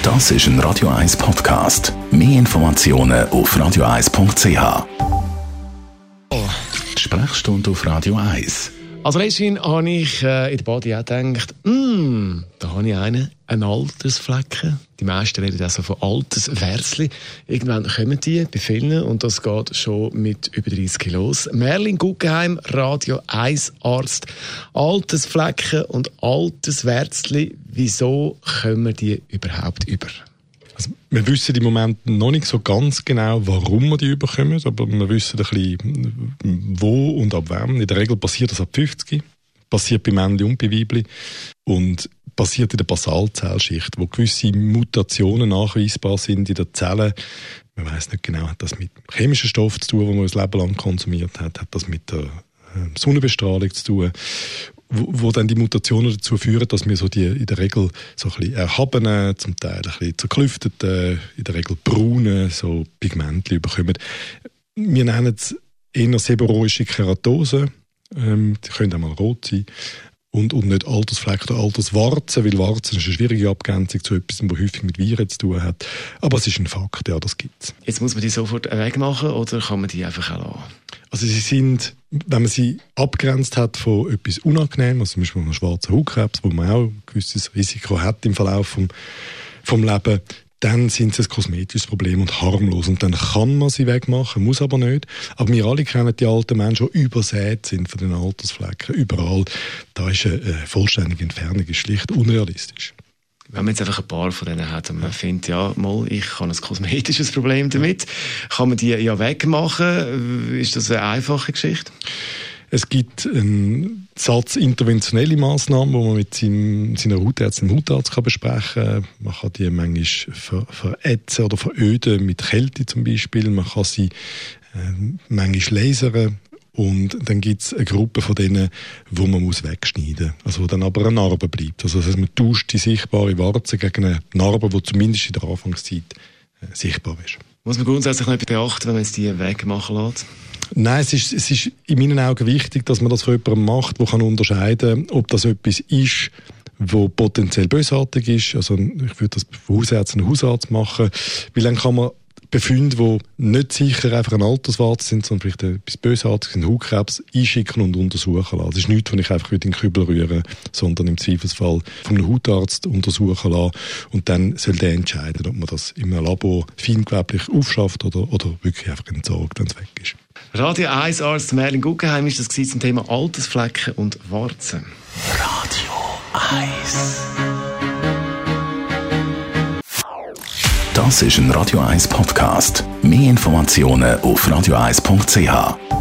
Das ist ein Radio 1 Podcast. Mehr Informationen auf radio1.ch. Die Sprechstunde auf Radio 1. Als letztes habe ich in der Body auch gedacht, da habe ich einen Altersflecken. Die meisten reden also von Alterswärzli. Irgendwann kommen die bei vielen und das geht schon mit über 30 los. Merlin Guggenheim, Radio 1 Arzt. Altersflecken und Alterswärzli, wieso kommen die überhaupt über? Also, wir wissen im Moment noch nicht so ganz genau, warum wir die überkommen, aber wir wissen ein bisschen, wo und ab wann. In der Regel passiert das ab 50, passiert bei Männchen und bei Weibchen und passiert in der Basalzellschicht, wo gewisse Mutationen nachweisbar sind in den Zellen. Man weiss nicht genau, hat das mit chemischen Stoffen zu tun, die man das Leben lang konsumiert hat das mit der Sonnenbestrahlung zu tun, wo dann die Mutationen dazu führen, dass wir so die in der Regel so ein bisschen erhabenen, zum Teil ein bisschen zerklüfteten, in der Regel braunen, so Pigmente bekommen. Wir nennen es eher seborrhoische Keratose. Die können auch mal rot sein. Und nicht Altersflecken oder Alterswarzen, weil Warzen ist eine schwierige Abgrenzung zu etwas, was häufig mit Viren zu tun hat. Aber es ist ein Fakt, ja, das gibt's. Jetzt muss man die sofort wegmachen oder kann man die einfach auch lassen? Also sie sind, wenn man sie abgrenzt hat von etwas Unangenehmem, also zum Beispiel einem schwarzen Hautkrebs, wo man auch ein gewisses Risiko hat im Verlauf vom Leben, dann sind sie ein kosmetisches Problem und harmlos. Und dann kann man sie wegmachen, muss aber nicht. Aber wir alle kennen die alten Menschen, die übersät sind von den Altersflecken. Überall. Da ist eine vollständige Entfernung ist schlicht unrealistisch. Wenn man jetzt einfach ein paar von denen hat und man findet, ja, ich habe ein kosmetisches Problem damit, kann man die ja wegmachen? Ist das eine einfache Geschichte? Es gibt einen Satz interventionelle Massnahmen, die man mit seiner Hautärztin, dem Hautarzt besprechen kann. Man kann die manchmal verätzen oder veröden, mit Kälte zum Beispiel. Man kann sie manchmal lasern. Und dann gibt es eine Gruppe von denen, die man wegschneiden muss. Also wo dann aber eine Narbe bleibt. Also das heißt, man tauscht die sichtbare Warze gegen eine Narbe, die zumindest in der Anfangszeit sichtbar ist. Muss man grundsätzlich noch etwas beachten, wenn man jetzt die wegmachen lässt? Nein, es ist in meinen Augen wichtig, dass man das von jemandem macht, der kann unterscheiden kann, ob das etwas ist, wo potenziell bösartig ist. Also ich würde das von Hausärzten und Hausarzt machen, weil dann kann man Befunde, die nicht sicher einfach ein Alterswarze sind, sondern vielleicht etwas Bösartiges, einen Hautkrebs, einschicken und untersuchen lassen. Das ist nichts, was ich einfach in den Kübel rühren, sondern im Zweifelsfall von einem Hautarzt untersuchen lassen. Und dann soll der entscheiden, ob man das im Labor feingeweblich aufschafft oder wirklich einfach entsorgt, wenn es weg ist. Radio 1 Arzt Merlin Guggenheim ist das zum Thema Altersflecken und Warzen. Radio 1. Das ist ein Radio 1 Podcast. Mehr Informationen auf radio1.ch.